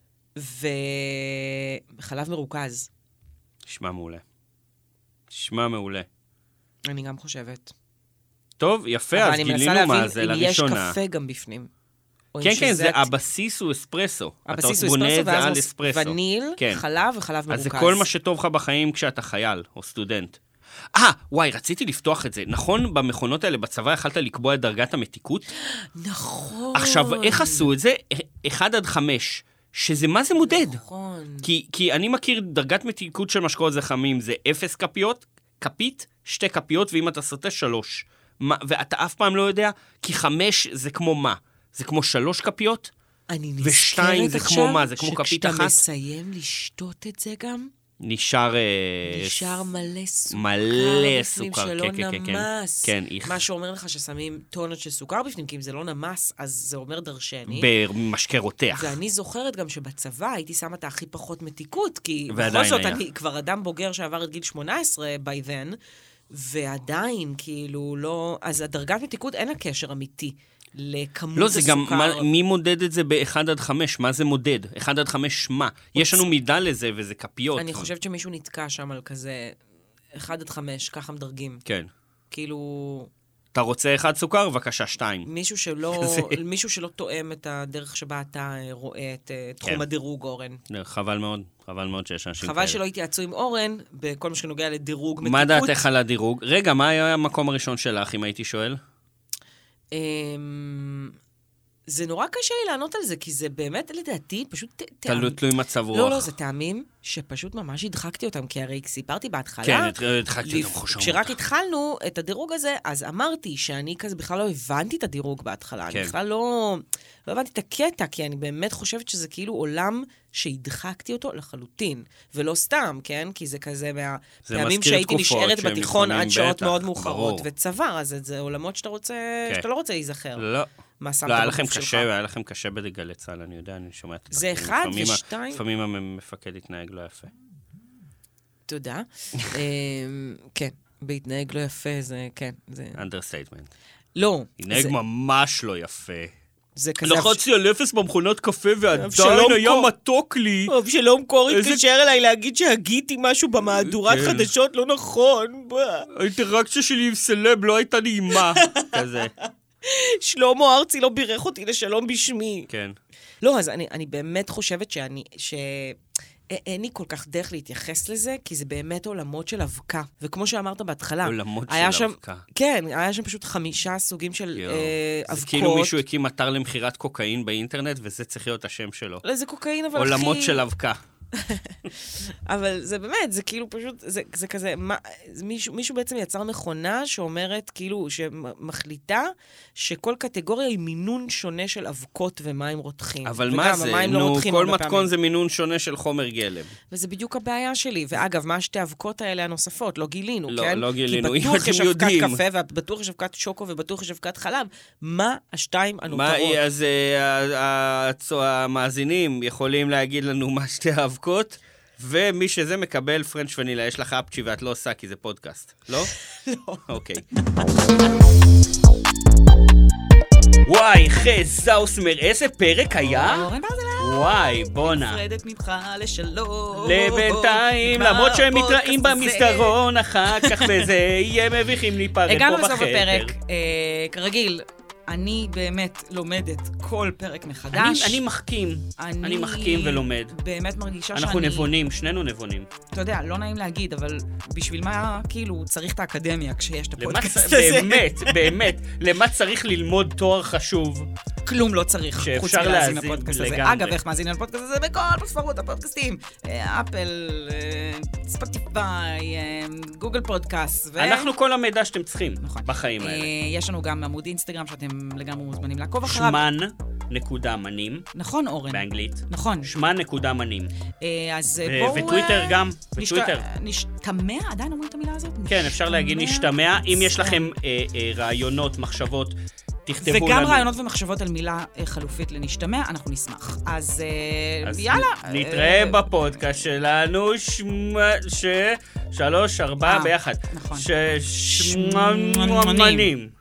וחלב מרוכז. נשמע מעולה. נשמע מעולה. אני גם חושבת. טוב, יפה, אז גילינו מה זה לראשונה. אבל אני מנסה להבין אם יש קפה גם בפנים. כן, כן, הבסיס הוא אספרסו. הבסיס הוא אספרסו, ואז וניל, חלב וחלב מרוכז. אז זה כל מה שטוב לך בחיים כשאתה חייל או סטודנט. וואי, רציתי לפתוח את זה. נכון, במכונות האלה בצבא יכלת לקבוע את דרגת המתיקות? נכון. עכשיו, איך עשו את זה? 1 עד 5. שזה מה זה מודד? נכון. כי אני מכיר דרגת מתיקות של משקאות זה חמים, זה 0 כפיות, כפית, 2 כפיות, ואם אתה סוטה 3. ואתה אף פעם לא יודע, כי 5 זה כמו מה? זה כמו 3 כפיות? אני ו2 זה כמו מה? זה כמו כפית אחת? שכשאתה מסיים לשתות את זה גם, נשאר מלא סוכר. מלא בפנים סוכר, שלא כן. נמס. כן, מה שאומר לך ששמים טונות של סוכר בפנים, כי אם זה לא נמס, אז זה אומר דרשני. במשקה רותח. ואני זוכרת גם שבצבא הייתי שמה את הכי פחות מתיקות, כי ועדיין בכל זאת היה. אני כבר אדם בוגר שעבר את גיל 18 by then, ועדיין כאילו לא... אז הדרגת מתיקות אין לה קשר אמיתי לכמות לא, הסוכר. זה גם, מי מודד את זה ב-1-5? מה זה מודד? 1-5 מה? יש לנו מידה לזה, וזה כפיות. אני חושבת שמישהו נתקע שם על כזה 1-5, ככה מדרגים. כן. כאילו... אתה רוצה 1 סוכר? בבקשה 2. מישהו שלא תואם את הדרך שבה אתה רואה את תחום כן. הדירוג, אורן. חבל מאוד שיש אנשים כאלה. חבל שלא התייעצו עם אורן, בכל מה שנוגע לדירוג מתיקות. מה דעתך על הדירוג? רגע, מה היה המקום הראשון שלך, אם הייתי שואל? זה נורא קשה לי לענות על זה, כי זה באמת, לדעתי, פשוט תלוי מצב רוח. לא, זה טעמים שפשוט ממש הדחקתי אותם, כי הרי סיפרתי בהתחלה... כן, הדחקתי אותם חושבים. כשרק התחלנו את הדירוג הזה, אז אמרתי שאני כזה בכלל לא הבנתי את הדירוג בהתחלה. אני בכלל לא הבנתי את הקטע, כי אני באמת חושבת שזה כאילו עולם שהדחקתי אותו לחלוטין. ולא סתם, כן? כי זה כזה מהפעמים שהייתי נשארת בתיכון עד שעות מאוד מאוחרות, וצבר, אז זה עולמות שאתה לא רוצה להיזכר. לא. מה שמת בגוף שלך. היה לכם קשה בגלי צה"ל, אני יודע, אני שומע את זה 1 ו2. לפעמים המפקד התנהג לא יפה. תודה. כן, בהתנהג לא יפה, זה, כן. understatement. לא. התנהג ממש לא יפה. זה כזה... לחצתי על 0 במכונות קפה ועדיין היה מתוק לי. אבשלום קור התקשר אליי להגיד שהגיתי משהו במהדורת חדשות לא נכון. האינטראקציה שלי עם סלב לא הייתה נעימה. כזה. שלמה ארצי לא בירך אותי לשלום בשמי. כן. לא, אז אני באמת חושבת אין לי כל כך דרך להתייחס לזה, כי זה באמת עולמות של אבקה. וכמו שאמרת בהתחלה, עולמות של אבקה. כן, היה שם פשוט 5 סוגים של אבקות. זה כאילו מישהו הקים אתר למכירת קוקאין באינטרנט, וזה צריך להיות השם שלו. לא, זה קוקאין, אבל עולמות של אבקה. אבל זה באמת, זה כאילו פשוט, זה כזה, מישהו בעצם יצר מכונה שאומרת, כאילו, שמחליטה שכל קטגוריה היא מינון שונה של אבקות ומים רותחים. אבל מה זה? כל מתכון זה מינון שונה של חומר גלם. וזה בדיוק הבעיה שלי. ואגב, מה שתי אבקות האלה הנוספות? לא גילינו, כן? לא גילינו, כי בטוח יש אבקת קפה, ובטוח יש אבקת שוקו, ובטוח יש אבקת חלב. מה השתיים הנותרות? אז המאזינים יכולים להגיד לנו מה שתי האבקות, ומי שזה מקבל פרנץ' ונילה, יש לך אפצ'י ואת לא עושה, כי זה פודקאסט, לא? לא. אוקיי. וואי, חזאוסמר, איזה פרק היה? וואי, בונה. נפרדת ממך לשלום. לבינתיים, למרות שהם מתראים במסדרון אחר כך, וזה יהיה מביכים להיפרד פה בחדר. הגענו לסוף הפרק, כרגיל. אני באמת לומדת כל פרק מחדש. אני מחכים ולומד. באמת מרגישה שאני... אנחנו נבונים, שנינו נבונים. אתה יודע, לא נעים להגיד, אבל בשביל מה, כאילו, צריך את האקדמיה כשיש את הפודקאסט הזה. באמת, למה צריך ללמוד תואר חשוב? כלום לא צריך, חוץ מלהזין לפודקאסט הזה. לגמרי. אגב, איך מאזינים לפודקאסט הזה? בכל פלטפורמות הפודקאסטים. אפל, ספוטיפיי, גוגל פודקאסט. אנחנו כל המידע שאתם צריכים בחיים האלה. יש לנו גם עמוד אינסטגרם שאתם לגמרי מוזמנים לעקוב אחריו. שמן.מנים. נכון, אורן. באנגלית. נכון. שמן.מנים. אז בואו... וטוויטר גם. וטוויטר. נשתמע? עדיין אומרים את המילה הזאת? כן, אפשר להגיד נשתמע. אם יש לכם רעיונות, מחשבות, תכתבו לנו. וגם רעיונות ומחשבות על מילה חלופית לנשתמע, אנחנו נשמח. אז יאללה. נתראה בפודקאסט שלנו, 3-4 ביחד. נכון. שמנים.